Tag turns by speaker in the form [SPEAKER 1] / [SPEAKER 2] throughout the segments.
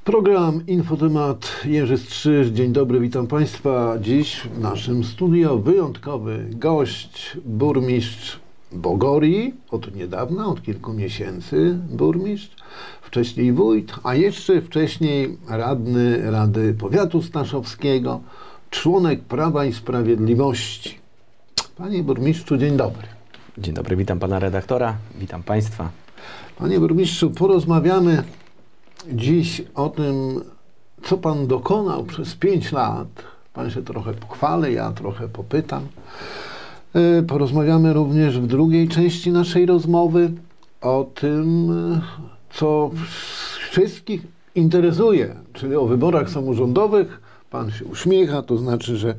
[SPEAKER 1] Program Infotemat, Jerzy Strzyż. Dzień dobry, witam Państwa. Dziś w naszym studio wyjątkowy gość, burmistrz Bogorii, od niedawna, od kilku miesięcy burmistrz, wcześniej wójt, a jeszcze wcześniej radny Rady Powiatu Staszowskiego, członek Prawa i Sprawiedliwości. Panie burmistrzu, dzień dobry.
[SPEAKER 2] Dzień dobry, witam pana redaktora, witam państwa.
[SPEAKER 1] Panie burmistrzu, porozmawiamy dziś o tym, co pan dokonał przez 5 lat. Pan się trochę pochwali, ja trochę popytam. Porozmawiamy również w drugiej części naszej rozmowy o tym, co wszystkich interesuje, czyli o wyborach samorządowych. Pan się uśmiecha, to znaczy, że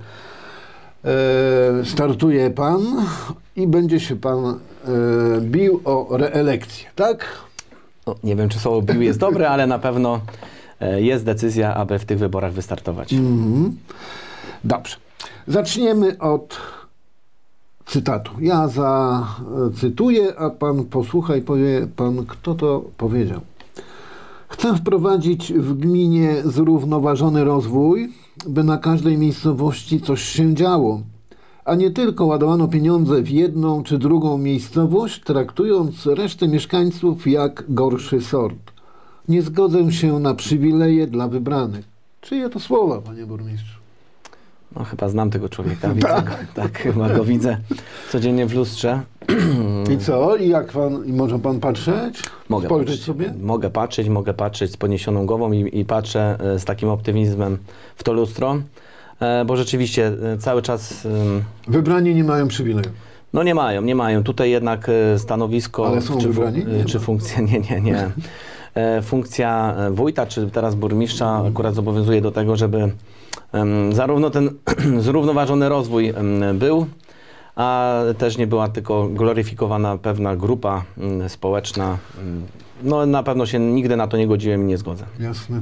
[SPEAKER 1] startuje pan i będzie się pan bił o reelekcję, tak?
[SPEAKER 2] No, nie wiem, czy słowo bił jest dobre, ale na pewno jest decyzja, aby w tych wyborach wystartować.
[SPEAKER 1] Dobrze. Zaczniemy od cytatu. Ja zacytuję, a pan posłucha i powie pan, kto to powiedział. Chcę wprowadzić w gminie zrównoważony rozwój, by na każdej miejscowości coś się działo, a nie tylko ładowano pieniądze w jedną czy drugą miejscowość, traktując resztę mieszkańców jak gorszy sort. Nie zgodzę się na przywileje dla wybranych. Czyje to słowa, panie burmistrzu?
[SPEAKER 2] No chyba znam tego człowieka, widzę go, tak, chyba go widzę codziennie w lustrze.
[SPEAKER 1] I co? I jak pan, i może pan patrzeć?
[SPEAKER 2] Mogę
[SPEAKER 1] spojrzeć
[SPEAKER 2] patrzeć
[SPEAKER 1] sobie?
[SPEAKER 2] Mogę patrzeć z podniesioną głową i patrzę z takim optymizmem w to lustro, bo rzeczywiście cały czas...
[SPEAKER 1] Wybrani nie mają przywilejów.
[SPEAKER 2] No nie mają. Tutaj jednak stanowisko...
[SPEAKER 1] Ale są wybrani?
[SPEAKER 2] Czy funkcja... Nie. Funkcja wójta, czy teraz burmistrza akurat zobowiązuje do tego, żeby zarówno ten zrównoważony rozwój był, a też nie była tylko gloryfikowana pewna grupa społeczna. No na pewno się nigdy na to nie godziłem i nie zgodzę.
[SPEAKER 1] Jasne.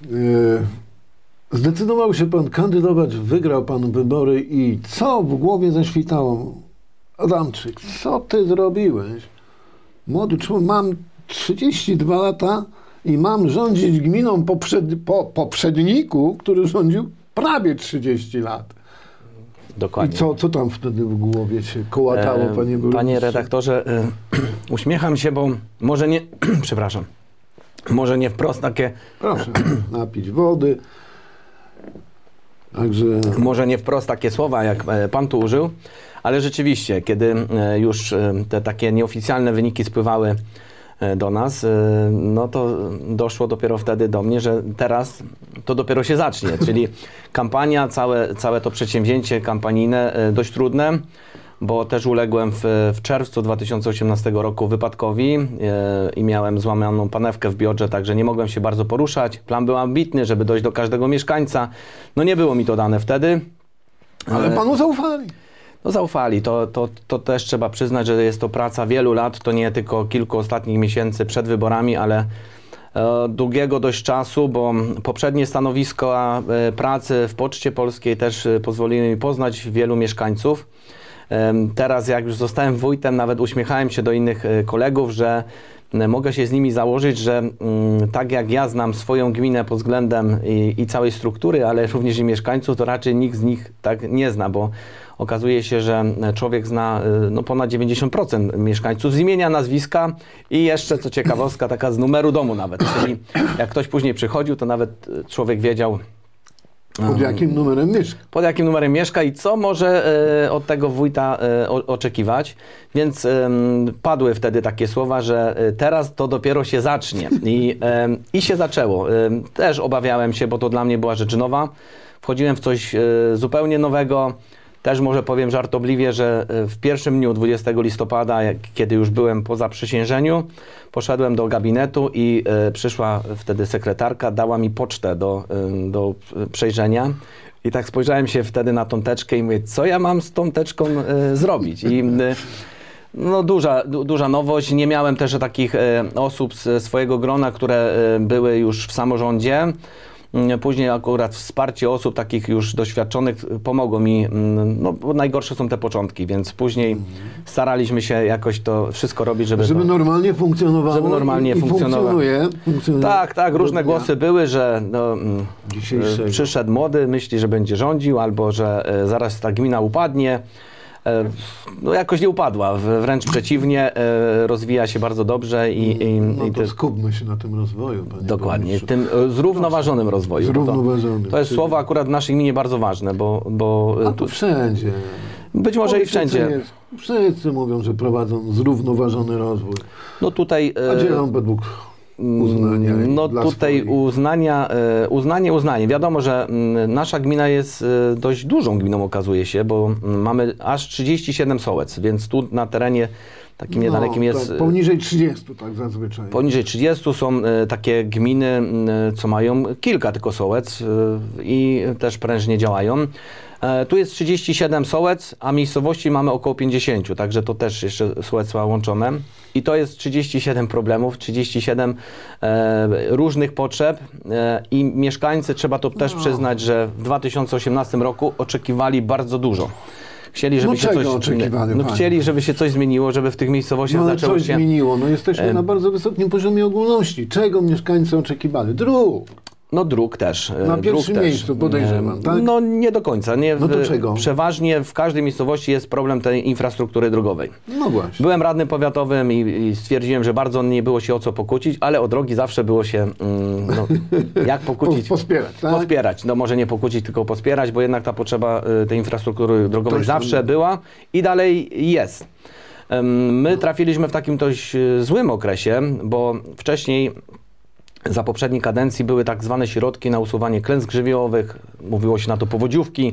[SPEAKER 1] Zdecydował się pan kandydować, wygrał pan wybory i co w głowie zaświtało? Adamczyk, co ty zrobiłeś? Młody człowiek, mam 32 lata i mam rządzić gminą po poprzedniku, który rządził prawie 30 lat.
[SPEAKER 2] Dokładnie.
[SPEAKER 1] I co tam wtedy w głowie się kołatało, panie burmistrzu?
[SPEAKER 2] Panie redaktorze, uśmiecham się, bo może nie, przepraszam, może nie wprost takie...
[SPEAKER 1] Proszę napić wody. Także...
[SPEAKER 2] Może nie wprost takie słowa, jak pan tu użył, ale rzeczywiście, kiedy już te takie nieoficjalne wyniki spływały do nas, no to doszło dopiero wtedy do mnie, że teraz to dopiero się zacznie, czyli kampania, całe to przedsięwzięcie kampanijne dość trudne, bo też uległem w czerwcu 2018 roku wypadkowi i miałem złamaną panewkę w biodrze, także nie mogłem się bardzo poruszać. Plan był ambitny, żeby dojść do każdego mieszkańca. No nie było mi to dane wtedy.
[SPEAKER 1] Ale panu zaufali.
[SPEAKER 2] No zaufali, to też trzeba przyznać, że jest to praca wielu lat, to nie tylko kilku ostatnich miesięcy przed wyborami, ale długiego dość czasu, bo poprzednie stanowiska pracy w Poczcie Polskiej też pozwoliły mi poznać wielu mieszkańców. Teraz jak już zostałem wójtem, nawet uśmiechałem się do innych kolegów, że mogę się z nimi założyć, że tak jak ja znam swoją gminę pod względem i całej struktury, ale również i mieszkańców, to raczej nikt z nich tak nie zna, bo okazuje się, że człowiek zna no, ponad 90% mieszkańców z imienia, nazwiska i jeszcze, co ciekawostka, taka z numeru domu nawet. Czyli jak ktoś później przychodził, to nawet człowiek wiedział,
[SPEAKER 1] pod jakim numerem mieszka.
[SPEAKER 2] Pod jakim numerem mieszka i co może od tego wójta oczekiwać. Więc padły wtedy takie słowa, że teraz to dopiero się zacznie. I się zaczęło. Też obawiałem się, bo to dla mnie była rzecz nowa. Wchodziłem w coś zupełnie nowego. Też może powiem żartobliwie, że w pierwszym dniu 20 listopada, kiedy już byłem po zaprzysiężeniu, poszedłem do gabinetu i przyszła wtedy sekretarka, dała mi pocztę do przejrzenia. I tak spojrzałem się wtedy na tą teczkę i mówię, co ja mam z tą teczką zrobić? I no duża nowość. Nie miałem też takich osób z swojego grona, które były już w samorządzie. Później akurat wsparcie osób takich już doświadczonych pomogło mi, no bo najgorsze są te początki, więc później staraliśmy się jakoś to wszystko robić, żeby
[SPEAKER 1] normalnie funkcjonowało.
[SPEAKER 2] Żeby normalnie funkcjonowało.
[SPEAKER 1] Funkcjonuje
[SPEAKER 2] Tak, różne głosy były, że przyszedł młody, myśli, że będzie rządził, albo że zaraz ta gmina upadnie. No jakoś nie upadła, wręcz przeciwnie, rozwija się bardzo dobrze
[SPEAKER 1] skupmy się na tym rozwoju. Panie
[SPEAKER 2] dokładnie,
[SPEAKER 1] burmistrzu.
[SPEAKER 2] tym zrównoważonym rozwoju. To jest słowo akurat w naszej gminie bardzo ważne, bo
[SPEAKER 1] to wszędzie.
[SPEAKER 2] Być może i wszędzie.
[SPEAKER 1] Wszyscy mówią, że prowadzą zrównoważony rozwój.
[SPEAKER 2] No tutaj...
[SPEAKER 1] A gdzie on według uznania?
[SPEAKER 2] No tutaj uznanie. Wiadomo, że nasza gmina jest dość dużą gminą, okazuje się, bo mamy aż 37 sołec, więc tu na terenie takim niedalekim jest...
[SPEAKER 1] Poniżej 30 tak zazwyczaj.
[SPEAKER 2] Poniżej 30 są takie gminy, co mają kilka tylko sołec i też prężnie działają. Tu jest 37 sołec, a miejscowości mamy około 50, także to też jeszcze sołectwa łączone. I to jest 37 problemów, 37 różnych potrzeb i mieszkańcy, trzeba to też przyznać, że w 2018 roku oczekiwali bardzo dużo. Chcieli, żeby chcieli, żeby się coś zmieniło, żeby w tych miejscowościach zaczęło się...
[SPEAKER 1] coś zmieniło. No jesteśmy na bardzo wysokim poziomie ogólności. Czego mieszkańcy oczekiwali? Dróg.
[SPEAKER 2] No dróg też.
[SPEAKER 1] Na pierwszym miejscu podejrzewam, tak?
[SPEAKER 2] No nie do końca.
[SPEAKER 1] No to czego?
[SPEAKER 2] Przeważnie w każdej miejscowości jest problem tej infrastruktury drogowej.
[SPEAKER 1] No właśnie.
[SPEAKER 2] Byłem radnym powiatowym i stwierdziłem, że bardzo nie było się o co pokłócić, ale o drogi zawsze było się, jak pokłócić?
[SPEAKER 1] Pospierać, tak?
[SPEAKER 2] Pospierać. No może nie pokłócić, tylko pospierać, bo jednak ta potrzeba tej infrastruktury drogowej zawsze była i dalej jest. My trafiliśmy w takim dość złym okresie, bo wcześniej za poprzedniej kadencji były tak zwane środki na usuwanie klęsk żywiołowych, mówiło się na to powodziówki.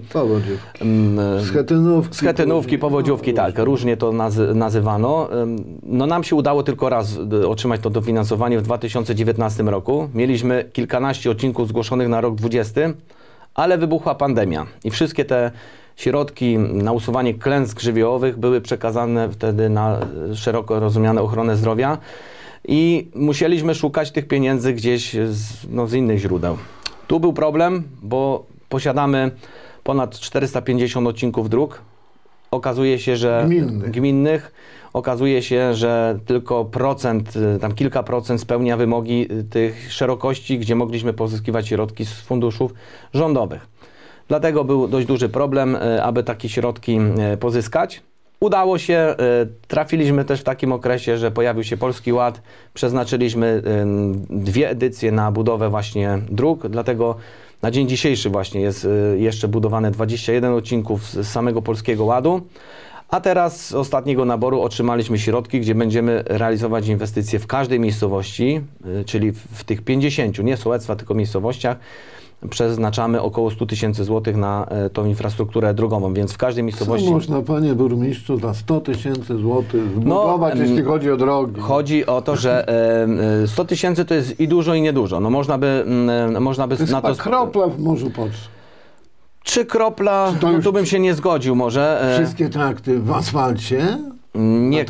[SPEAKER 2] Schetynówki, powodziówki, tak, różnie to nazywano. No nam się udało tylko raz otrzymać to dofinansowanie w 2019 roku. Mieliśmy kilkanaście odcinków zgłoszonych na rok 2020, ale wybuchła pandemia i wszystkie te środki na usuwanie klęsk żywiołowych były przekazane wtedy na szeroko rozumianą ochronę zdrowia. I musieliśmy szukać tych pieniędzy gdzieś z innych źródeł. Tu był problem, bo posiadamy ponad 450 odcinków dróg. Okazuje się, że gminnych. Okazuje się, że tylko kilka procent spełnia wymogi tych szerokości, gdzie mogliśmy pozyskiwać środki z funduszów rządowych. Dlatego był dość duży problem, aby takie środki pozyskać. Udało się, trafiliśmy też w takim okresie, że pojawił się Polski Ład, przeznaczyliśmy 2 edycje na budowę właśnie dróg, dlatego na dzień dzisiejszy właśnie jest jeszcze budowane 21 odcinków z samego Polskiego Ładu, a teraz z ostatniego naboru otrzymaliśmy środki, gdzie będziemy realizować inwestycje w każdej miejscowości, czyli w tych 50, nie sołectwa, tylko miejscowościach, przeznaczamy około 100 000 złotych na tą infrastrukturę drogową, więc w każdej miejscowości...
[SPEAKER 1] Co można, panie burmistrzu, za 100 000 złotych zbudować, jeśli chodzi o drogi?
[SPEAKER 2] Chodzi o to, że 100 000 to jest i dużo, i niedużo. No można by
[SPEAKER 1] to jest
[SPEAKER 2] na to...
[SPEAKER 1] kropla w morzu potrzeb.
[SPEAKER 2] 3 kropla, tu bym się nie zgodził może.
[SPEAKER 1] Wszystkie trakty w asfalcie?
[SPEAKER 2] Nie.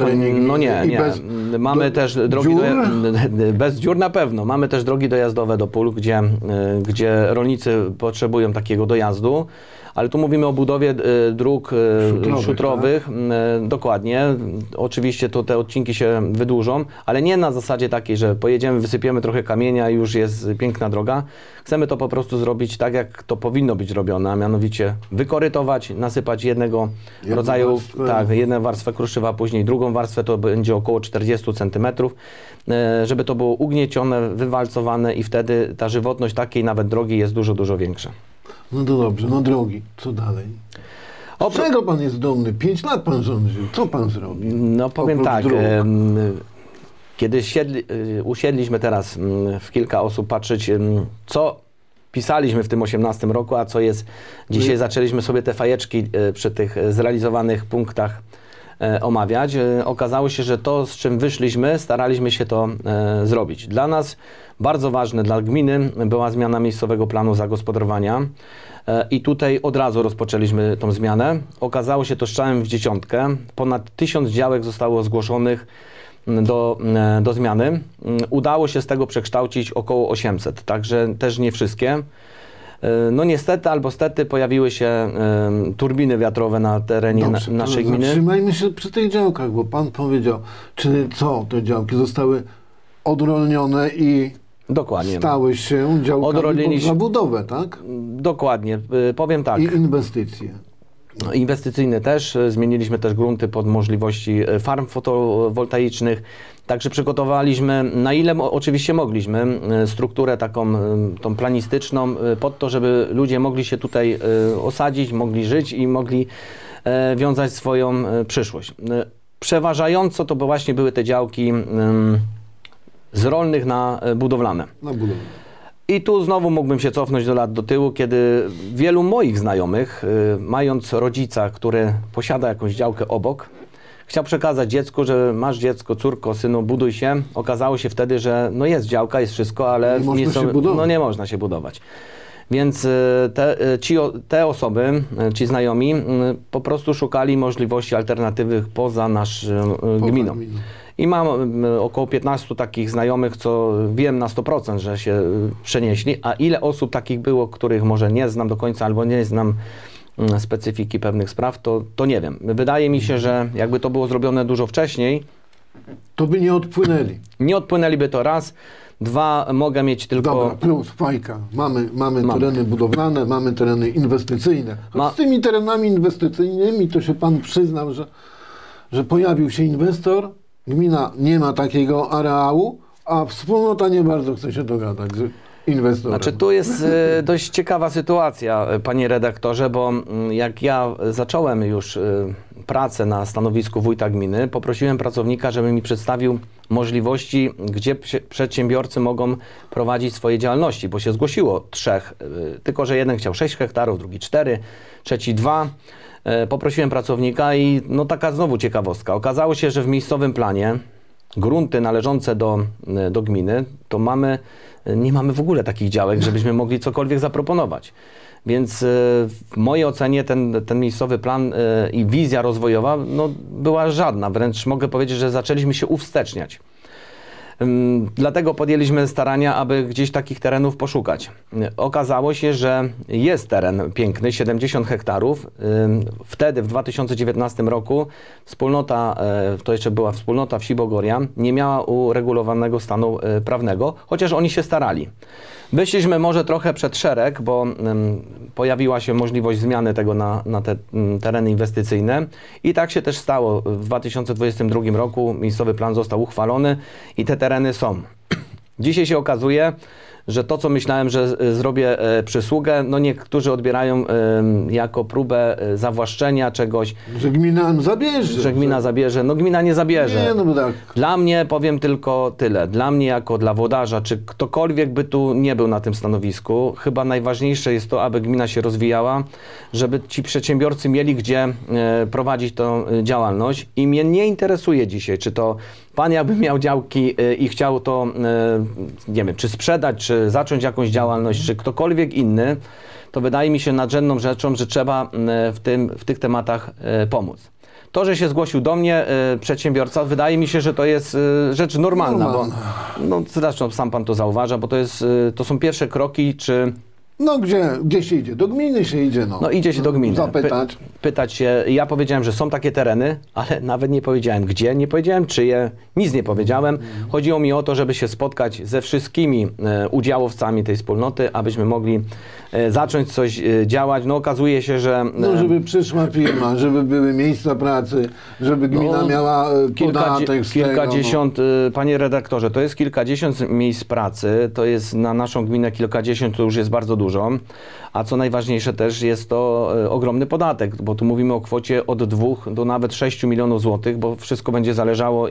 [SPEAKER 2] Mamy też drogi bez dziur na pewno. Mamy też drogi dojazdowe do pól, gdzie rolnicy potrzebują takiego dojazdu. Ale tu mówimy o budowie dróg szutrowych, tak? Dokładnie. Oczywiście to te odcinki się wydłużą, ale nie na zasadzie takiej, że pojedziemy, wysypiemy trochę kamienia i już jest piękna droga. Chcemy to po prostu zrobić tak, jak to powinno być robione, a mianowicie wykorytować, nasypać jedną warstwę kruszywa, a później drugą warstwę, to będzie około 40 cm, żeby to było ugniecione, wywalcowane i wtedy ta żywotność takiej nawet drogi jest dużo, dużo większa.
[SPEAKER 1] No to dobrze, no drogi, co dalej? Z czego pan jest dumny? 5 lat pan rządził, co pan zrobił?
[SPEAKER 2] No powiem tak, kiedy usiedliśmy teraz w kilka osób patrzeć, co pisaliśmy w tym 18 roku, a co jest, dzisiaj zaczęliśmy sobie te fajeczki przy tych zrealizowanych punktach omawiać. Okazało się, że to, z czym wyszliśmy, staraliśmy się to zrobić. Dla nas bardzo ważne, dla gminy była zmiana miejscowego planu zagospodarowania i tutaj od razu rozpoczęliśmy tą zmianę. Okazało się to strzałem w dziesiątkę. Ponad 1000 działek zostało zgłoszonych do zmiany. Udało się z tego przekształcić około 800, także też nie wszystkie. No niestety albo stety pojawiły się turbiny wiatrowe na terenie naszej gminy.
[SPEAKER 1] Zatrzymajmy się przy tych działkach, bo pan powiedział, czy co, te działki zostały odrolnione i
[SPEAKER 2] dokładnie.
[SPEAKER 1] stały się działkami pod zabudowę, tak?
[SPEAKER 2] Dokładnie, powiem tak.
[SPEAKER 1] I inwestycje.
[SPEAKER 2] Inwestycyjne też, zmieniliśmy też grunty pod możliwości farm fotowoltaicznych, także przygotowaliśmy na ile oczywiście mogliśmy strukturę taką tą planistyczną pod to, żeby ludzie mogli się tutaj osadzić, mogli żyć i mogli wiązać swoją przyszłość. Przeważająco to właśnie były te działki z rolnych na budowlane. I tu znowu mógłbym się cofnąć do tyłu, kiedy wielu moich znajomych, mając rodzica, który posiada jakąś działkę obok, chciał przekazać dziecku, że masz dziecko, córko, synu, buduj się. Okazało się wtedy, że no jest działka, jest wszystko, ale nie można się budować. Więc te osoby, ci znajomi, po prostu szukali możliwości alternatywnych poza naszą gminą. I mam około 15 takich znajomych, co wiem na 100%, że się przenieśli, a ile osób takich było, których może nie znam do końca albo nie znam specyfiki pewnych spraw, to nie wiem. Wydaje mi się, że jakby to było zrobione dużo wcześniej,
[SPEAKER 1] to by nie odpłynęli.
[SPEAKER 2] Nie odpłynęliby to raz. Dwa, mogę mieć tylko...
[SPEAKER 1] Dobra, plus, fajka. Mamy tereny budowlane, mamy tereny inwestycyjne. Z tymi terenami inwestycyjnymi to się pan przyznał, że pojawił się inwestor, gmina nie ma takiego areału, a wspólnota nie bardzo chce się dogadać z inwestorem.
[SPEAKER 2] Znaczy tu jest dość ciekawa sytuacja, panie redaktorze, bo jak ja zacząłem już pracę na stanowisku wójta gminy, poprosiłem pracownika, żeby mi przedstawił możliwości, gdzie przedsiębiorcy mogą prowadzić swoje działalności, bo się zgłosiło 3, tylko że jeden chciał 6 hektarów, drugi 4, trzeci 2. Poprosiłem pracownika i no taka znowu ciekawostka. Okazało się, że w miejscowym planie grunty należące do gminy, to nie mamy w ogóle takich działek, żebyśmy mogli cokolwiek zaproponować. Więc w mojej ocenie ten miejscowy plan i wizja rozwojowa no, była żadna. Wręcz mogę powiedzieć, że zaczęliśmy się uwsteczniać. Dlatego podjęliśmy starania, aby gdzieś takich terenów poszukać. Okazało się, że jest teren piękny, 70 hektarów. Wtedy, w 2019 roku, wspólnota, to jeszcze była wspólnota wsi Bogoria, nie miała uregulowanego stanu prawnego, chociaż oni się starali. Wyszliśmy może trochę przed szereg, bo pojawiła się możliwość zmiany tego na te tereny inwestycyjne i tak się też stało. W 2022 roku miejscowy plan został uchwalony i te tereny są. Dzisiaj się okazuje, że to, co myślałem, że zrobię przysługę, no niektórzy odbierają jako próbę zawłaszczenia czegoś.
[SPEAKER 1] Że gmina zabierze.
[SPEAKER 2] Że gmina zabierze. No gmina nie zabierze.
[SPEAKER 1] Nie, no tak.
[SPEAKER 2] Dla mnie powiem tylko tyle. Dla mnie jako dla włodarza, czy ktokolwiek by tu nie był na tym stanowisku, chyba najważniejsze jest to, aby gmina się rozwijała, żeby ci przedsiębiorcy mieli gdzie prowadzić tą działalność i mnie nie interesuje dzisiaj, czy to pan jakby miał działki i chciał to, nie wiem, czy sprzedać, czy zacząć jakąś działalność, czy ktokolwiek inny, to wydaje mi się nadrzędną rzeczą, że trzeba w tych tematach pomóc. To, że się zgłosił do mnie przedsiębiorca, wydaje mi się, że to jest rzecz normalna, bo no, zresztą sam pan to zauważa, bo to są pierwsze kroki, czy...
[SPEAKER 1] No gdzie się idzie? Do gminy się idzie, no.
[SPEAKER 2] No idzie się do gminy.
[SPEAKER 1] Zapytać.
[SPEAKER 2] Pytać się. Ja powiedziałem, że są takie tereny, ale nawet nie powiedziałem gdzie, nie powiedziałem czyje, nic nie powiedziałem. Chodziło mi o to, żeby się spotkać ze wszystkimi udziałowcami tej wspólnoty, abyśmy mogli zacząć coś działać. No okazuje się, że...
[SPEAKER 1] No żeby przyszła firma, żeby były miejsca pracy, żeby gmina miała podatek z
[SPEAKER 2] kilkadziesiąt, panie redaktorze, to jest kilkadziesiąt miejsc pracy, to jest na naszą gminę kilkadziesiąt, to już jest bardzo dużo. A co najważniejsze też jest to ogromny podatek, bo tu mówimy o kwocie od 2 do nawet 6 milionów złotych, bo wszystko będzie zależało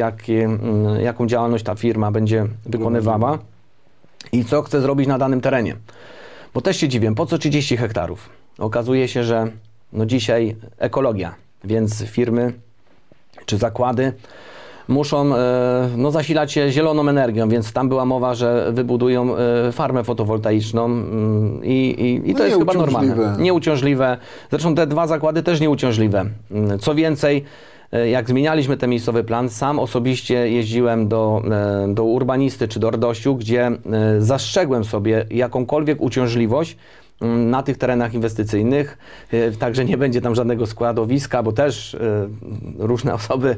[SPEAKER 2] jaką działalność ta firma będzie wykonywała i co chce zrobić na danym terenie. Bo też się dziwię, po co 30 hektarów? Okazuje się, że no dzisiaj ekologia, więc firmy czy zakłady muszą zasilać się zieloną energią, więc tam była mowa, że wybudują farmę fotowoltaiczną i to jest chyba normalne. Nieuciążliwe. Zresztą te 2 zakłady też nieuciążliwe. Co więcej, jak zmienialiśmy ten miejscowy plan, sam osobiście jeździłem do urbanisty czy do RDOŚ-u, gdzie zastrzegłem sobie jakąkolwiek uciążliwość na tych terenach inwestycyjnych, także nie będzie tam żadnego składowiska, bo też różne osoby...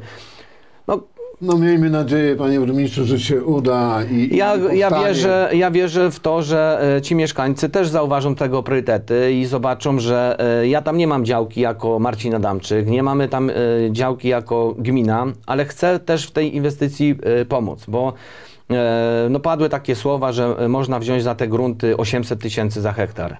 [SPEAKER 1] No miejmy nadzieję, panie burmistrzu, że się uda i
[SPEAKER 2] ja wierzę w to, że ci mieszkańcy też zauważą tego priorytety i zobaczą, że ja tam nie mam działki jako Marcin Adamczyk, nie mamy tam działki jako gmina, ale chcę też w tej inwestycji pomóc, bo no padły takie słowa, że można wziąć za te grunty 800 000 za hektar.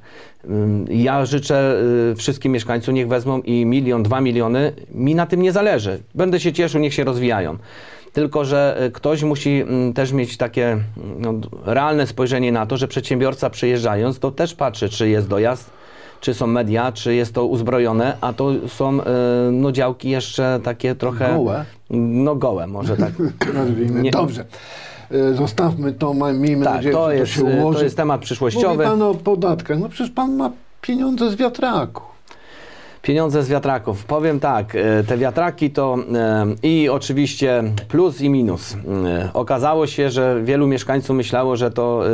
[SPEAKER 2] Ja życzę wszystkim mieszkańcom, niech wezmą i 1 milion, 2 miliony. Mi na tym nie zależy. Będę się cieszył, niech się rozwijają. Tylko że ktoś musi też mieć takie realne spojrzenie na to, że przedsiębiorca przyjeżdżając, to też patrzy, czy jest dojazd, czy są media, czy jest to uzbrojone, a to są działki jeszcze takie trochę...
[SPEAKER 1] Gołe?
[SPEAKER 2] No gołe, może tak.
[SPEAKER 1] Nazwijmy. Dobrze. Zostawmy to, miejmy nadzieję, że to się ułoży.
[SPEAKER 2] To jest temat przyszłościowy.
[SPEAKER 1] Mówi pan o podatkach. No przecież pan ma pieniądze z wiatraków.
[SPEAKER 2] Pieniądze z wiatraków. Powiem tak, te wiatraki to i oczywiście plus i minus. Okazało się, że wielu mieszkańców myślało, że to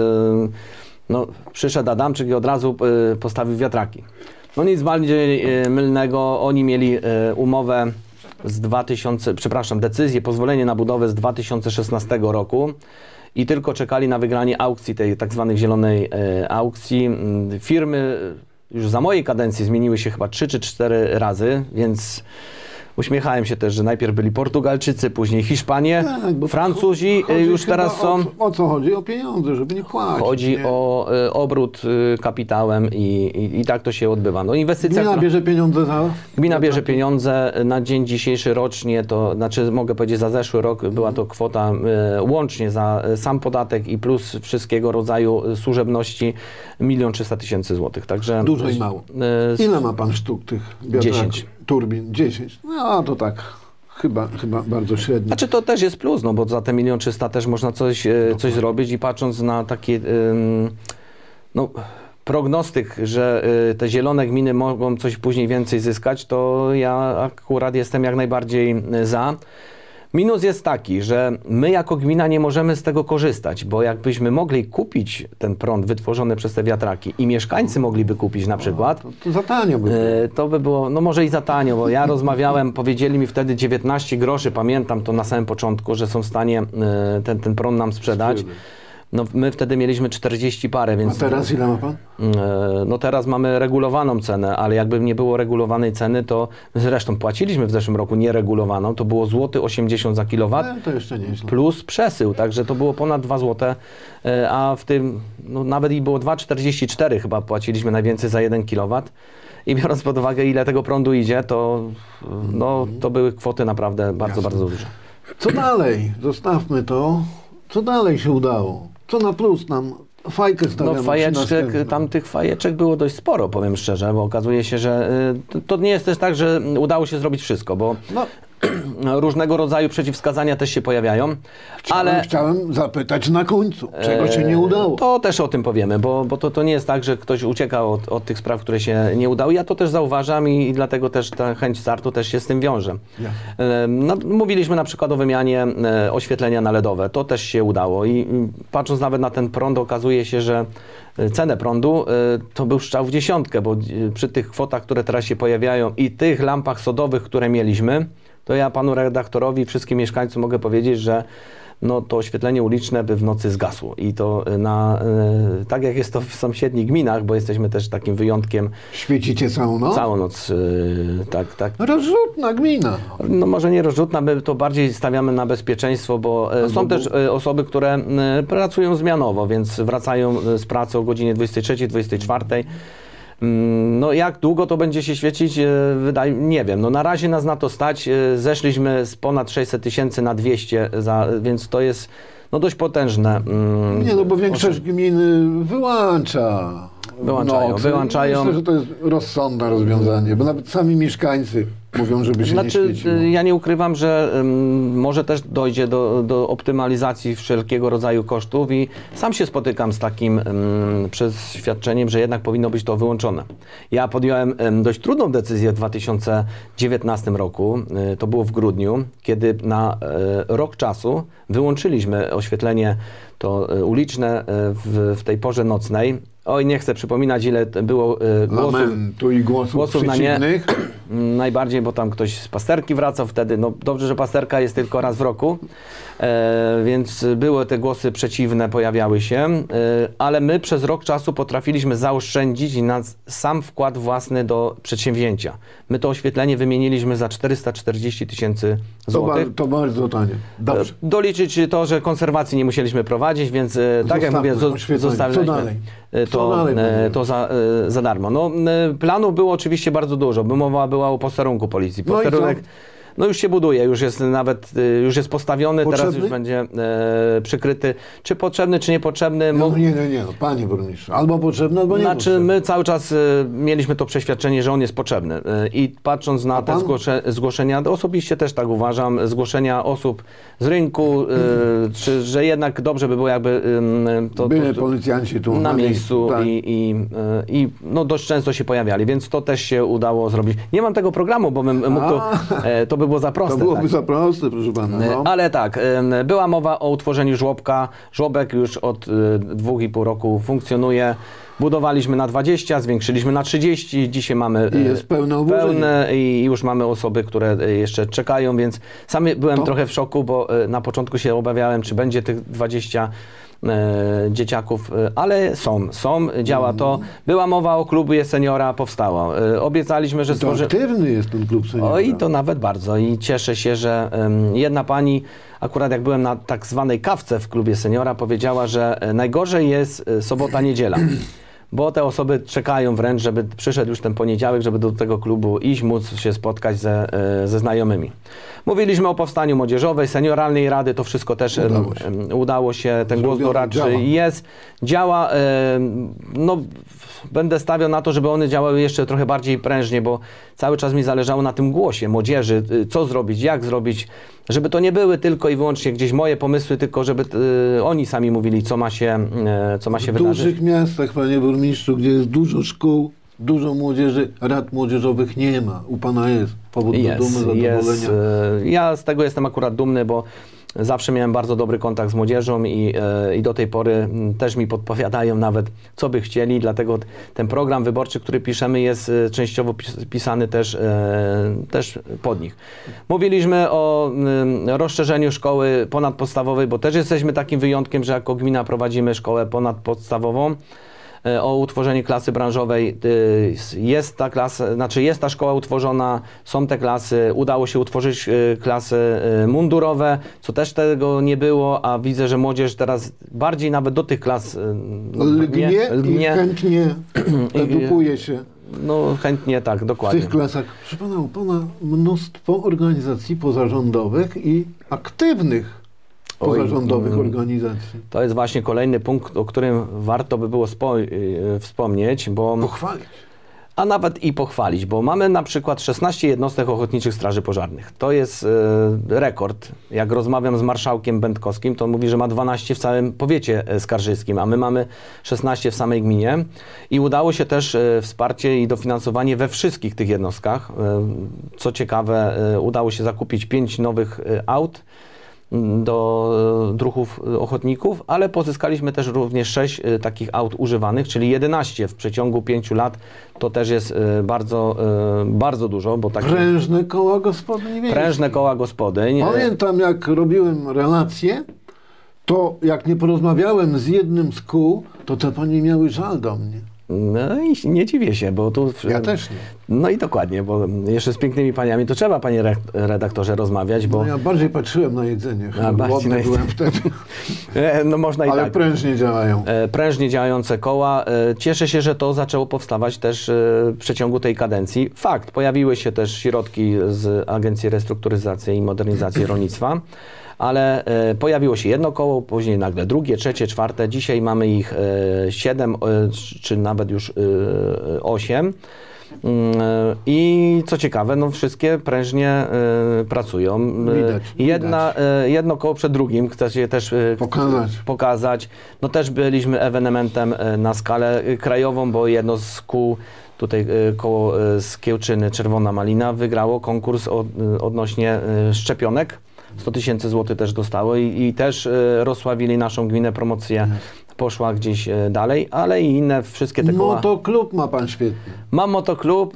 [SPEAKER 2] przyszedł Adamczyk i od razu postawił wiatraki. No nic bardziej mylnego. Oni mieli umowę z decyzję, pozwolenie na budowę z 2016 roku i tylko czekali na wygranie aukcji, tej tak zwanej zielonej aukcji. Firmy już za mojej kadencji zmieniły się chyba 3 czy 4 razy, więc uśmiechałem się też, że najpierw byli Portugalczycy, później Hiszpanie, Francuzi już teraz są...
[SPEAKER 1] O co chodzi? O pieniądze, żeby nie płacić.
[SPEAKER 2] Chodzi o obrót kapitałem i tak to się odbywa. No, inwestycja,
[SPEAKER 1] Gmina bierze pieniądze za...
[SPEAKER 2] Gmina bierze pieniądze na dzień dzisiejszy rocznie, to znaczy mogę powiedzieć za zeszły rok była to kwota łącznie za sam podatek i plus wszystkiego rodzaju służebności 1 300 000 złotych. Także
[SPEAKER 1] dużo i mało. Ile ma pan sztuk tych wiatraków?
[SPEAKER 2] 10.
[SPEAKER 1] Turbin? 10. No to tak chyba bardzo średnio.
[SPEAKER 2] Znaczy to też jest plus, no bo za te 1 300 000 też można coś zrobić i patrząc na takie prognostyk, że te zielone gminy mogą coś później więcej zyskać, to ja akurat jestem jak najbardziej za. Minus jest taki, że my jako gmina nie możemy z tego korzystać, bo jakbyśmy mogli kupić ten prąd wytworzony przez te wiatraki i mieszkańcy mogliby kupić na przykład,
[SPEAKER 1] to za tanio by było.
[SPEAKER 2] To by było, no może i za tanio, bo ja rozmawiałem, powiedzieli mi wtedy 19 groszy, pamiętam to na samym początku, że są w stanie ten prąd nam sprzedać. No my wtedy mieliśmy 40 parę, więc...
[SPEAKER 1] A teraz ile ma pan?
[SPEAKER 2] No teraz mamy regulowaną cenę, ale jakby nie było regulowanej ceny, to zresztą płaciliśmy w zeszłym roku nieregulowaną, to było złoty 80 za kilowat,
[SPEAKER 1] To jeszcze nieźle.
[SPEAKER 2] plus przesył, także to było ponad 2 zł, a w tym nawet i było 2,44 chyba płaciliśmy najwięcej za 1 kilowat. I biorąc pod uwagę, ile tego prądu idzie, to to były kwoty naprawdę bardzo, bardzo duże.
[SPEAKER 1] Co dalej? Zostawmy to. Co dalej się udało? Co na plus nam? Fajkę stawiamy.
[SPEAKER 2] No fajeczek, tam tych fajeczek było dość sporo, powiem szczerze, bo okazuje się, że to nie jest też tak, że udało się zrobić wszystko, bo różnego rodzaju przeciwwskazania też się pojawiają.
[SPEAKER 1] Chciałem zapytać na końcu, czego się nie udało.
[SPEAKER 2] To też o tym powiemy, bo to nie jest tak, że ktoś ucieka od tych spraw, które się nie udały. Ja to też zauważam i dlatego też ta chęć startu też się z tym wiąże. Mówiliśmy na przykład o wymianie oświetlenia na LEDowe. To też się udało i patrząc nawet na ten prąd, okazuje się, że cenę prądu to był strzał w dziesiątkę, bo przy tych kwotach, które teraz się pojawiają i tych lampach sodowych, które mieliśmy, to ja panu redaktorowi, wszystkim mieszkańcom mogę powiedzieć, że to oświetlenie uliczne by w nocy zgasło. I to tak jak jest to w sąsiednich gminach, bo jesteśmy też takim wyjątkiem.
[SPEAKER 1] Świecicie całą noc?
[SPEAKER 2] Całą noc, tak.
[SPEAKER 1] Rozrzutna gmina.
[SPEAKER 2] No może nie rozrzutna, my to bardziej stawiamy na bezpieczeństwo, bo są też osoby, które pracują zmianowo, więc wracają z pracy o godzinie 23, 24. No jak długo to będzie się świecić, nie wiem. No na razie nas na to stać. Zeszliśmy z ponad 600 000 na 200, więc to jest dość potężne.
[SPEAKER 1] Nie, bo większość gmin wyłącza
[SPEAKER 2] Wyłączają.
[SPEAKER 1] Myślę, że to jest rozsądne rozwiązanie, bo nawet sami mieszkańcy mówią, żeby się nie świeciło.
[SPEAKER 2] Ja nie ukrywam, że może też dojdzie do optymalizacji wszelkiego rodzaju kosztów i sam się spotykam z takim przeświadczeniem, że jednak powinno być to wyłączone. Ja podjąłem dość trudną decyzję w 2019 roku, to było w grudniu, kiedy na rok czasu wyłączyliśmy oświetlenie to uliczne w tej porze nocnej. Oj, nie chcę przypominać, ile było głosów na nie. Najbardziej, bo tam ktoś z pasterki wracał wtedy. No dobrze, że pasterka jest tylko raz w roku, więc były te głosy przeciwne, pojawiały się, ale my przez rok czasu potrafiliśmy zaoszczędzić na sam wkład własny do przedsięwzięcia. My to oświetlenie wymieniliśmy za 440 000 złotych.
[SPEAKER 1] To bardzo tanie. Dobrze.
[SPEAKER 2] Doliczyć to, że konserwacji nie musieliśmy prowadzić, więc tak jak mówię, zostawiliśmy to za darmo. No, planów było oczywiście bardzo dużo, bo mowa była o posterunku policji. Posterunek już się buduje, już jest postawiony, teraz już będzie przykryty. Czy potrzebny, czy niepotrzebny?
[SPEAKER 1] Nie, panie burmistrzu, albo potrzebny, albo niepotrzebny.
[SPEAKER 2] My cały czas mieliśmy to przeświadczenie, że on jest potrzebny i patrząc na te zgłoszenia, osobiście też tak uważam, zgłoszenia osób z rynku, że jednak dobrze by było jakby
[SPEAKER 1] byli policjanci tu
[SPEAKER 2] na miejscu tak. i dość często się pojawiali, więc to też się udało zrobić. Nie mam tego programu, bo bym mógł to by było za proste.
[SPEAKER 1] To byłoby za proste, proszę pana. No.
[SPEAKER 2] Ale tak, była mowa o utworzeniu żłobka. Żłobek już od 2,5 roku funkcjonuje. Budowaliśmy na 20, zwiększyliśmy na 30, dzisiaj mamy pełne i już mamy osoby, które jeszcze czekają, więc sam byłem trochę w szoku, bo na początku się obawiałem, czy będzie tych 20 dzieciaków, ale działa to. Była mowa o klubie seniora, powstała. Obiecaliśmy, że
[SPEAKER 1] stworzymy... aktywny jest ten klub seniora.
[SPEAKER 2] Oj, to nawet bardzo i cieszę się, że jedna pani, akurat jak byłem na tak zwanej kawce w klubie seniora, powiedziała, że najgorzej jest sobota, niedziela. Bo te osoby czekają wręcz, żeby przyszedł już ten poniedziałek, żeby do tego klubu iść, móc się spotkać ze znajomymi. Mówiliśmy o powstaniu młodzieżowej, senioralnej rady, to wszystko też udało się. Ten głos doradczy działa. Będę stawiał na to, żeby one działały jeszcze trochę bardziej prężnie, bo cały czas mi zależało na tym głosie młodzieży, co zrobić, jak zrobić, żeby to nie były tylko i wyłącznie gdzieś moje pomysły, tylko żeby oni sami mówili, co ma się wydarzyć.
[SPEAKER 1] W dużych miastach, panie burmistrzu, gdzie jest dużo szkół, dużo młodzieży, rad młodzieżowych nie ma. U pana jest powód do dumy, zadowolenia.
[SPEAKER 2] Ja z tego jestem akurat dumny, bo zawsze miałem bardzo dobry kontakt z młodzieżą i do tej pory też mi podpowiadają nawet, co by chcieli, dlatego ten program wyborczy, który piszemy, jest częściowo pisany też pod nich. Mówiliśmy o rozszerzeniu szkoły ponadpodstawowej, bo też jesteśmy takim wyjątkiem, że jako gmina prowadzimy szkołę ponadpodstawową. O utworzeniu klasy branżowej. Jest ta szkoła utworzona, są te klasy, udało się utworzyć klasy mundurowe, co też tego nie było, a widzę, że młodzież teraz bardziej nawet do tych klas
[SPEAKER 1] lgnie i chętnie edukuje się.
[SPEAKER 2] No chętnie, tak, dokładnie.
[SPEAKER 1] W tych klasach, proszę pana, u pana mnóstwo organizacji pozarządowych i aktywnych pozarządowych organizacji.
[SPEAKER 2] To jest właśnie kolejny punkt, o którym warto by było wspomnieć, bo...
[SPEAKER 1] Pochwalić.
[SPEAKER 2] A nawet i pochwalić, bo mamy na przykład 16 jednostek ochotniczych straży pożarnych. To jest rekord. Jak rozmawiam z marszałkiem Będkowskim, to on mówi, że ma 12 w całym powiecie skarżyskim, a my mamy 16 w samej gminie. I udało się też wsparcie i dofinansowanie we wszystkich tych jednostkach. Co ciekawe, udało się zakupić 5 nowych aut do druhów ochotników, ale pozyskaliśmy też również 6 takich aut używanych, czyli 11 w przeciągu 5 lat. To też jest bardzo, bardzo dużo. Bo
[SPEAKER 1] prężne koła gospodyń wiejskich.
[SPEAKER 2] Prężne koła gospodyń.
[SPEAKER 1] Pamiętam, jak robiłem relacje, to jak nie porozmawiałem z jednym z kół, to te panie miały żal do mnie.
[SPEAKER 2] No i nie dziwię się, bo tu...
[SPEAKER 1] Ja też nie.
[SPEAKER 2] No i dokładnie, bo jeszcze z pięknymi paniami to trzeba, panie redaktorze, rozmawiać, bo...
[SPEAKER 1] No ja bardziej patrzyłem na jedzenie, głodny byłem wtedy.
[SPEAKER 2] No można i
[SPEAKER 1] ale tak. Prężnie działają.
[SPEAKER 2] Prężnie działające koła. Cieszę się, że to zaczęło powstawać też w przeciągu tej kadencji. Fakt, pojawiły się też środki z Agencji Restrukturyzacji i Modernizacji Rolnictwa, ale pojawiło się jedno koło, później nagle drugie, trzecie, czwarte. Dzisiaj mamy ich 7, czy nawet już 8. I co ciekawe, no wszystkie prężnie pracują. Jedno koło przed drugim, chcę się też pokazać. No też byliśmy ewenementem na skalę krajową, bo jedno z kół, tutaj koło z Kiełczyny, Czerwona Malina, wygrało konkurs odnośnie szczepionek. 100 000 złotych też dostało i też rozsławili naszą gminę, promocję poszła gdzieś dalej, ale i inne wszystkie te koła.
[SPEAKER 1] Motoklub ma pan świetny.
[SPEAKER 2] Mam motoklub.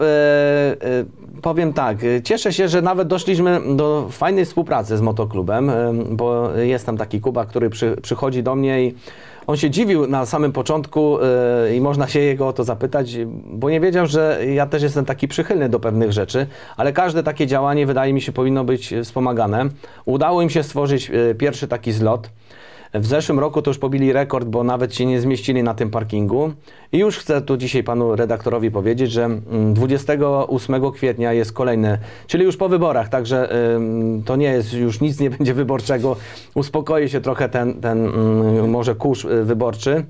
[SPEAKER 2] Powiem tak, cieszę się, że nawet doszliśmy do fajnej współpracy z motoklubem, bo jest tam taki Kuba, który przychodzi do mnie i on się dziwił na samym początku i można się jego o to zapytać, bo nie wiedział, że ja też jestem taki przychylny do pewnych rzeczy, ale każde takie działanie, wydaje mi się, powinno być wspomagane. Udało im się stworzyć pierwszy taki zlot. W zeszłym roku to już pobili rekord, bo nawet się nie zmieścili na tym parkingu. I już chcę tu dzisiaj panu redaktorowi powiedzieć, że 28 kwietnia jest kolejny, czyli już po wyborach, także to nie jest, już nic nie będzie wyborczego. Uspokoi się trochę ten może kurz wyborczy.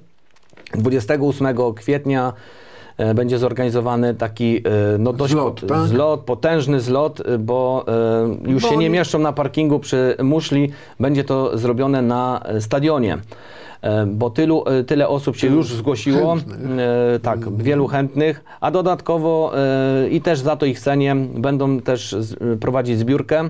[SPEAKER 2] 28 kwietnia będzie zorganizowany taki no dość zlot, potężny zlot, bo już się nie mieszczą na parkingu przy muszli, będzie to zrobione na stadionie. Bo tyle osób się już zgłosiło, tak, wielu chętnych, a dodatkowo i też za to ich cenię, będą też prowadzić zbiórkę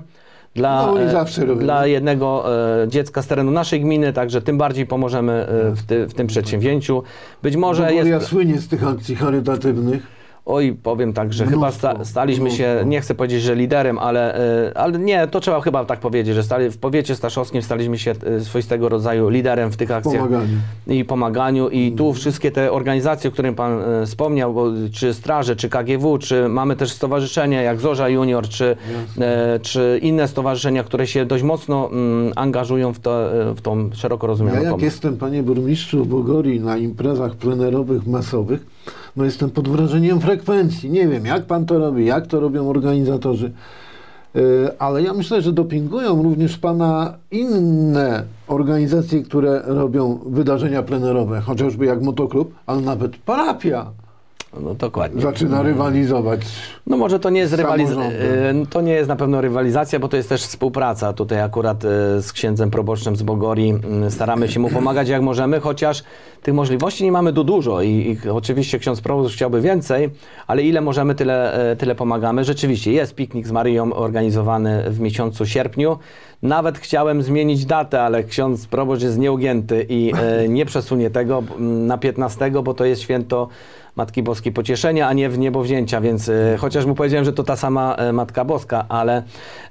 [SPEAKER 2] dla jednego dziecka z terenu naszej gminy, także tym bardziej pomożemy w tym przedsięwzięciu. Być może
[SPEAKER 1] ja słynie z tych akcji charytatywnych.
[SPEAKER 2] Oj, powiem tak, że chyba staliśmy się, nie chcę powiedzieć, że liderem, ale nie, to trzeba chyba tak powiedzieć, że w powiecie staszowskim staliśmy się swoistego rodzaju liderem w tych akcjach i pomaganiu. I tu wszystkie te organizacje, o których pan wspomniał, czy straże, czy KGW, czy mamy też stowarzyszenia jak Zorza Junior, czy inne stowarzyszenia, które się dość mocno angażują w tą szeroko rozumianą pomoc.
[SPEAKER 1] Jak jestem, panie burmistrzu, w Bogorii na imprezach plenerowych, masowych, no jestem pod wrażeniem frekwencji. Nie wiem, jak pan to robi, jak to robią organizatorzy, ale ja myślę, że dopingują również pana inne organizacje, które robią wydarzenia plenerowe, chociażby jak motoklub, ale nawet parafia.
[SPEAKER 2] No dokładnie.
[SPEAKER 1] Zaczyna rywalizować.
[SPEAKER 2] No może to nie jest to nie jest na pewno rywalizacja, bo to jest też współpraca. Tutaj akurat z księdzem proboszczem z Bogorii staramy się mu pomagać jak możemy, chociaż tych możliwości nie mamy dużo i oczywiście ksiądz proboszcz chciałby więcej, ale ile możemy, tyle pomagamy. Rzeczywiście jest piknik z Maryją organizowany w miesiącu sierpniu. Nawet chciałem zmienić datę, ale ksiądz proboszcz jest nieugięty i nie przesunie tego na 15, bo to jest święto Matki Boskiej Pocieszenia, a nie w niebowzięcia, więc chociaż mu powiedziałem, że to ta sama Matka Boska, ale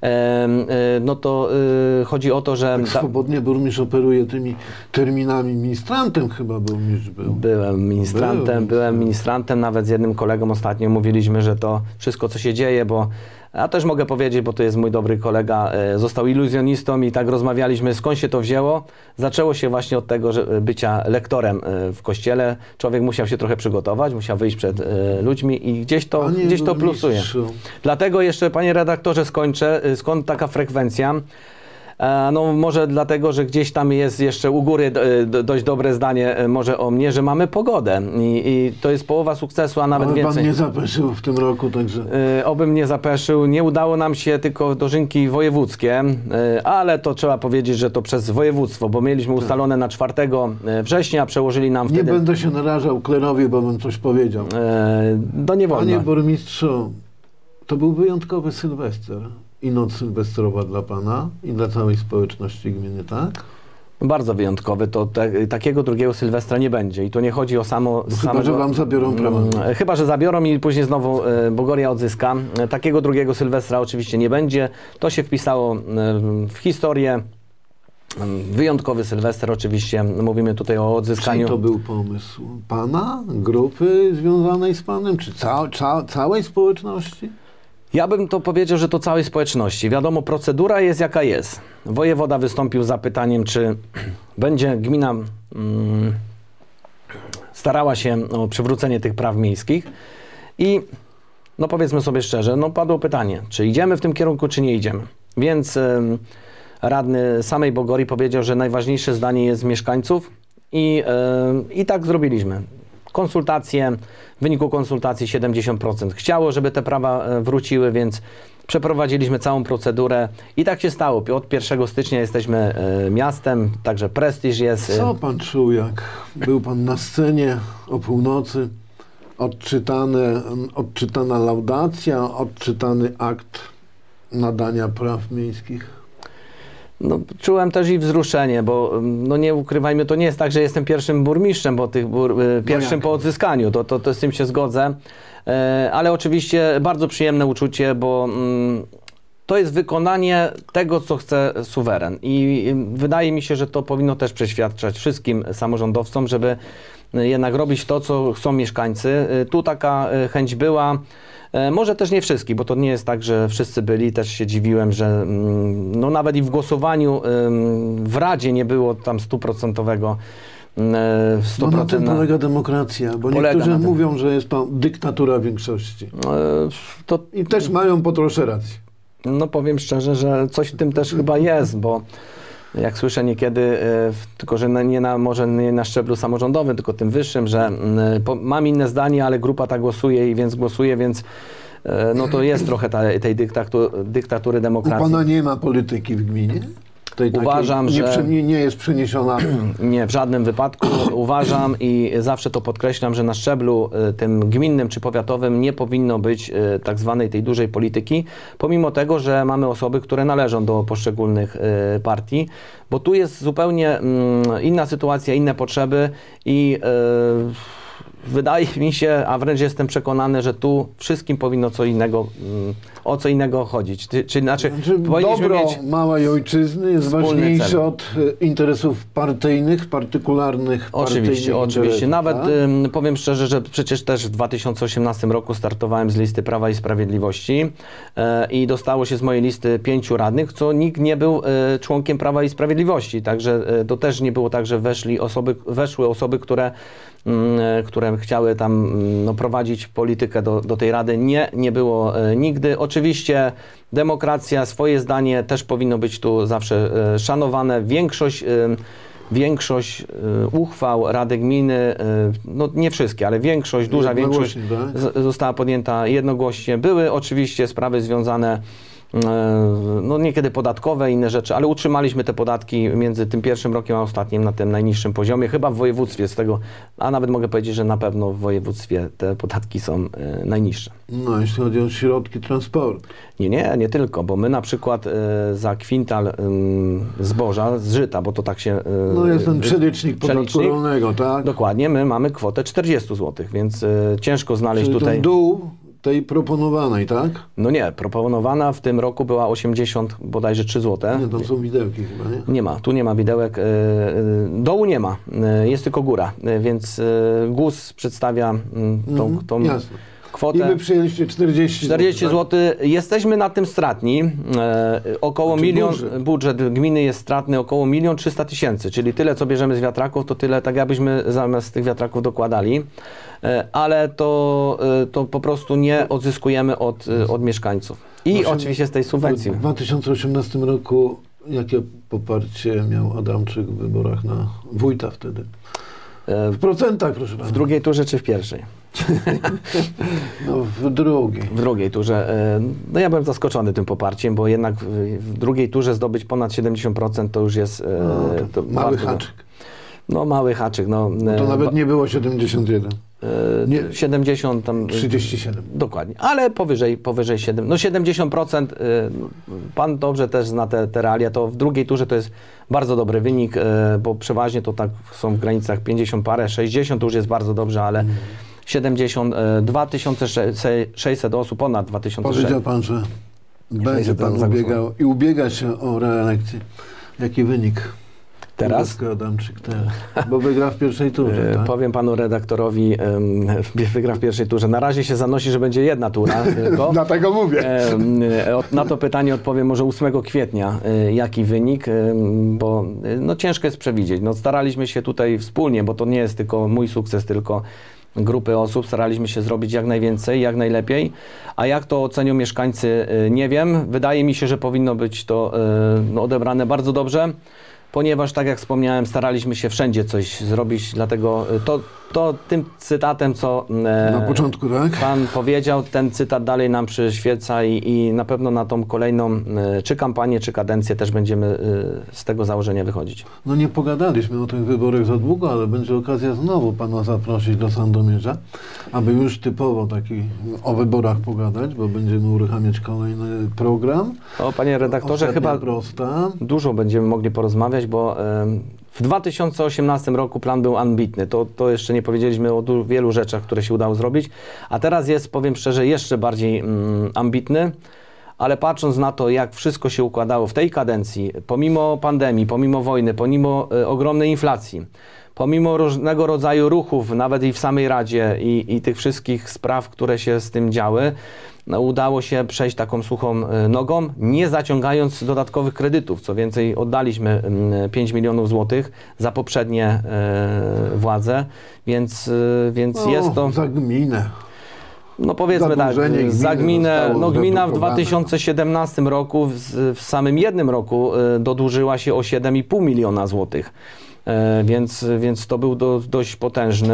[SPEAKER 2] no to chodzi o to, że...
[SPEAKER 1] Tak swobodnie burmistrz operuje tymi terminami. Ministrantem chyba burmistrz był.
[SPEAKER 2] Byłem ministrantem, nawet z jednym kolegą ostatnio mówiliśmy, że to wszystko, co się dzieje, bo ja też mogę powiedzieć, bo to jest mój dobry kolega, został iluzjonistą i tak rozmawialiśmy, skąd się to wzięło. Zaczęło się właśnie od tego, że bycia lektorem w kościele. Człowiek musiał się trochę przygotować, musiał wyjść przed ludźmi i gdzieś to plusuje. Dlatego jeszcze, panie redaktorze, skończę. Skąd taka frekwencja? No może dlatego, że gdzieś tam jest jeszcze u góry dość dobre zdanie może o mnie, że mamy pogodę i to jest połowa sukcesu, a nawet więcej.
[SPEAKER 1] Pan nie zapeszył w tym roku, także...
[SPEAKER 2] Obym nie zapeszył. Nie udało nam się tylko dożynki wojewódzkie, ale to trzeba powiedzieć, że to przez województwo, bo mieliśmy ustalone na 4 września, przełożyli nam wtedy...
[SPEAKER 1] Nie będę się narażał klerowi, bo bym coś powiedział.
[SPEAKER 2] No nie wolno.
[SPEAKER 1] Panie burmistrzu, to był wyjątkowy Sylwester. I noc sylwestrowa dla pana i dla całej społeczności gminy, tak?
[SPEAKER 2] Bardzo wyjątkowy. To takiego drugiego Sylwestra nie będzie. I to nie chodzi o
[SPEAKER 1] Chyba, że wam zabiorą prawa.
[SPEAKER 2] Chyba, że zabiorą i później znowu Bogoria odzyska. Takiego drugiego Sylwestra oczywiście nie będzie. To się wpisało w historię. Wyjątkowy Sylwester oczywiście. Mówimy tutaj o odzyskaniu.
[SPEAKER 1] Czy to był pomysł pana, grupy związanej z panem, czy całej społeczności?
[SPEAKER 2] Ja bym to powiedział, że to całej społeczności. Wiadomo, procedura jest jaka jest. Wojewoda wystąpił z zapytaniem, czy będzie gmina starała się o przywrócenie tych praw miejskich i no powiedzmy sobie szczerze, no padło pytanie, czy idziemy w tym kierunku, czy nie idziemy. Więc radny samej Bogorii powiedział, że najważniejsze zdanie jest z mieszkańców i tak zrobiliśmy. Konsultacje, w wyniku konsultacji 70% chciało, żeby te prawa wróciły, więc przeprowadziliśmy całą procedurę i tak się stało. Od 1 stycznia jesteśmy miastem, także prestiż jest.
[SPEAKER 1] Co pan czuł, jak był pan na scenie o północy? Odczytana laudacja, odczytany akt nadania praw miejskich?
[SPEAKER 2] No, czułem też i wzruszenie, bo no nie ukrywajmy, to nie jest tak, że jestem pierwszym burmistrzem, bo pierwszym po odzyskaniu, to z tym się zgodzę, ale oczywiście bardzo przyjemne uczucie, bo to jest wykonanie tego, co chce suweren i wydaje mi się, że to powinno też przeświadczać wszystkim samorządowcom, żeby jednak robić to, co chcą mieszkańcy. Tu taka chęć była. Może też nie wszystkich, bo to nie jest tak, że wszyscy byli. Też się dziwiłem, że no nawet i w głosowaniu w Radzie nie było tam 100%.
[SPEAKER 1] No na tym polega demokracja, bo niektórzy mówią, że jest to dyktatura większości. I też mają po trosze rację.
[SPEAKER 2] No powiem szczerze, że coś w tym też chyba jest, bo jak słyszę niekiedy, tylko że może nie na szczeblu samorządowym, tylko tym wyższym, że mam inne zdanie, ale grupa ta głosuje, więc no to jest trochę tej dyktatury demokracji.
[SPEAKER 1] U pana nie ma polityki w gminie?
[SPEAKER 2] Uważam, że
[SPEAKER 1] nie jest przeniesiona.
[SPEAKER 2] Nie, w żadnym wypadku. Uważam i zawsze to podkreślam, że na szczeblu tym gminnym czy powiatowym nie powinno być tak zwanej tej dużej polityki, pomimo tego, że mamy osoby, które należą do poszczególnych partii, bo tu jest zupełnie inna sytuacja, inne potrzeby i wydaje mi się, a wręcz jestem przekonany, że tu wszystkim powinno o co innego chodzić. Znaczy
[SPEAKER 1] dobro małej ojczyzny jest ważniejsze od interesów partyjnych, partykularnych.
[SPEAKER 2] Oczywiście. Nawet powiem szczerze, że przecież też w 2018 roku startowałem z listy Prawa i Sprawiedliwości i dostało się z mojej listy 5 radnych, co nikt nie był członkiem Prawa i Sprawiedliwości. Także to też nie było tak, że weszły osoby, które chciały tam prowadzić politykę do tej rady. Nie było nigdy. Oczywiście demokracja, swoje zdanie też powinno być tu zawsze szanowane. Większość uchwał Rady Gminy, no nie wszystkie, ale duża większość została podjęta jednogłośnie. Były oczywiście sprawy związane no niekiedy podatkowe, inne rzeczy, ale utrzymaliśmy te podatki między tym pierwszym rokiem a ostatnim na tym najniższym poziomie, chyba w województwie z tego, a nawet mogę powiedzieć, że na pewno w województwie te podatki są najniższe.
[SPEAKER 1] No, jeśli chodzi o środki transportu.
[SPEAKER 2] Nie tylko, bo my na przykład za kwintal zboża z żyta, bo to tak się...
[SPEAKER 1] No jest ten przelicznik podatku rolnego, tak?
[SPEAKER 2] Dokładnie, my mamy kwotę 40 zł, więc ciężko znaleźć
[SPEAKER 1] czyli
[SPEAKER 2] tutaj...
[SPEAKER 1] Ten dół tej proponowanej, tak?
[SPEAKER 2] No nie, proponowana w tym roku była 80, bodajże 3 zł.
[SPEAKER 1] Nie, tam są widełki chyba, nie?
[SPEAKER 2] Nie ma, tu nie ma widełek, dołu nie ma, jest tylko góra, więc GUS przedstawia tą kwotę.
[SPEAKER 1] I wy przyjęliście 40
[SPEAKER 2] zł. Jesteśmy na tym stratni. Około milion, budżet gminy jest stratny około 1 300 000, czyli tyle, co bierzemy z wiatraków, to tyle, tak jakbyśmy zamiast tych wiatraków dokładali. Ale to po prostu nie odzyskujemy od mieszkańców. I oczywiście z tej subwencji.
[SPEAKER 1] W 2018 roku jakie poparcie miał Adamczyk w wyborach na wójta wtedy? W procentach, proszę pana.
[SPEAKER 2] W drugiej turze czy w pierwszej?
[SPEAKER 1] No, w drugiej.
[SPEAKER 2] W drugiej turze. No ja byłem zaskoczony tym poparciem, bo jednak w drugiej turze zdobyć ponad 70% to już jest...
[SPEAKER 1] to mały haczyk.
[SPEAKER 2] No mały haczyk. No,
[SPEAKER 1] to nawet nie było 71.
[SPEAKER 2] Nie, 70 tam...
[SPEAKER 1] 37.
[SPEAKER 2] Dokładnie, ale powyżej 7. No 70%, pan dobrze też zna te realia, to w drugiej turze to jest bardzo dobry wynik, bo przeważnie to tak są w granicach 50 parę, 60 to już jest bardzo dobrze, ale 70, 2600 osób, ponad 2600.
[SPEAKER 1] Powiedział pan, że będzie pan ubiegał i ubiega się o reelekcję. Jaki wynik?
[SPEAKER 2] Teraz?
[SPEAKER 1] Adamczyk, bo wygra w pierwszej turze. Tak?
[SPEAKER 2] Powiem panu redaktorowi, wygra w pierwszej turze. Na razie się zanosi, że będzie jedna tura tylko.
[SPEAKER 1] Dlatego mówię.
[SPEAKER 2] Na to pytanie odpowiem może 8 kwietnia, jaki wynik, bo no, ciężko jest przewidzieć. No, staraliśmy się tutaj wspólnie, bo to nie jest tylko mój sukces, tylko grupy osób. Staraliśmy się zrobić jak najwięcej, jak najlepiej. A jak to ocenią mieszkańcy, nie wiem. Wydaje mi się, że powinno być to odebrane bardzo dobrze, ponieważ, tak jak wspomniałem, staraliśmy się wszędzie coś zrobić, dlatego to tym cytatem, co
[SPEAKER 1] na początku, tak?
[SPEAKER 2] Pan powiedział, ten cytat dalej nam przyświeca i na pewno na tą kolejną czy kampanię, czy kadencję też będziemy z tego założenia wychodzić.
[SPEAKER 1] No nie pogadaliśmy o tych wyborach za długo, ale będzie okazja znowu pana zaprosić do Sandomierza, aby już typowo taki o wyborach pogadać, bo będziemy uruchamiać kolejny program.
[SPEAKER 2] O, panie redaktorze,
[SPEAKER 1] Ostatnia
[SPEAKER 2] chyba
[SPEAKER 1] prosta.
[SPEAKER 2] dużo będziemy mogli porozmawiać, bo w 2018 roku plan był ambitny. To jeszcze nie powiedzieliśmy o wielu rzeczach, które się udało zrobić, a teraz jest, powiem szczerze, jeszcze bardziej ambitny, ale patrząc na to, jak wszystko się układało w tej kadencji, pomimo pandemii, pomimo wojny, pomimo ogromnej inflacji, pomimo różnego rodzaju ruchów, nawet i w samej Radzie i tych wszystkich spraw, które się z tym działy, udało się przejść taką suchą nogą, nie zaciągając dodatkowych kredytów. Co więcej, oddaliśmy 5 milionów złotych za poprzednie władze, więc jest to...
[SPEAKER 1] Za gminę.
[SPEAKER 2] No powiedzmy tak, za gminę, gmina w 2017 roku, w samym jednym roku dodłużyła się o 7,5 miliona złotych. Więc to był dość potężny,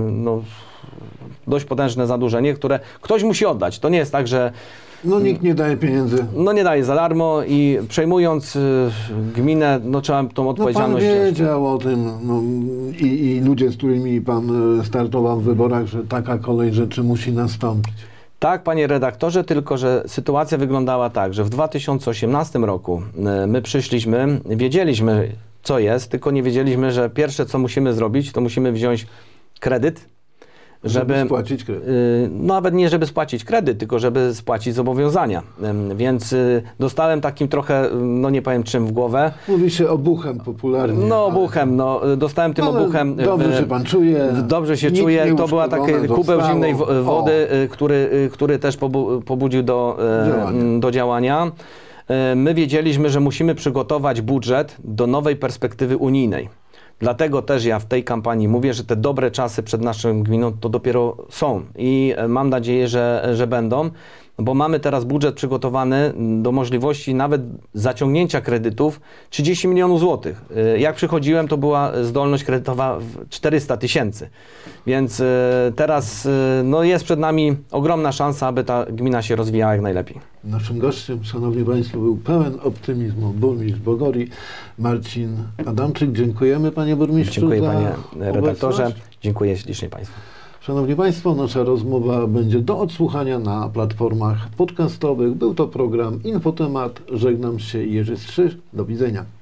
[SPEAKER 2] dość potężne zadłużenie, które ktoś musi oddać. To nie jest tak, że...
[SPEAKER 1] No nikt nie daje pieniędzy.
[SPEAKER 2] No nie daje za darmo i przejmując gminę, trzeba tą odpowiedzialność
[SPEAKER 1] Pan
[SPEAKER 2] wziąć.
[SPEAKER 1] wiedział o tym i ludzie, z którymi pan startował w wyborach, że taka kolej rzeczy musi nastąpić.
[SPEAKER 2] Tak, panie redaktorze, tylko że sytuacja wyglądała tak, że w 2018 roku my przyszliśmy, wiedzieliśmy co jest, tylko nie wiedzieliśmy, że pierwsze co musimy zrobić, to musimy wziąć kredyt, żeby
[SPEAKER 1] spłacić kredyt.
[SPEAKER 2] Nawet nie żeby spłacić kredyt, tylko żeby spłacić zobowiązania. Więc dostałem takim trochę, nie powiem czym w głowę.
[SPEAKER 1] Mówi się obuchem popularnie.
[SPEAKER 2] Obuchem, dostałem tym obuchem.
[SPEAKER 1] Dobrze się pan czuje.
[SPEAKER 2] Dobrze się czuję. To była taki kubeł zimnej wody, który też pobudził do działania. My wiedzieliśmy, że musimy przygotować budżet do nowej perspektywy unijnej. Dlatego też ja w tej kampanii mówię, że te dobre czasy przed naszą gminą to dopiero są i mam nadzieję, że będą, bo mamy teraz budżet przygotowany do możliwości nawet zaciągnięcia kredytów 30 milionów złotych. Jak przychodziłem, to była zdolność kredytowa 400 tysięcy. Więc teraz jest przed nami ogromna szansa, aby ta gmina się rozwijała jak najlepiej.
[SPEAKER 1] Naszym gościem, szanowni państwo, był pełen optymizmu burmistrz Bogorii, Marcin Adamczyk. Dziękujemy, panie burmistrzu.
[SPEAKER 2] Dziękuję, panie
[SPEAKER 1] za
[SPEAKER 2] redaktorze.
[SPEAKER 1] obecność.
[SPEAKER 2] Dziękuję ślicznie państwu.
[SPEAKER 1] Szanowni państwo, nasza rozmowa będzie do odsłuchania na platformach podcastowych. Był to program Infotemat. Żegnam się, Jerzy Strzyż. Do widzenia.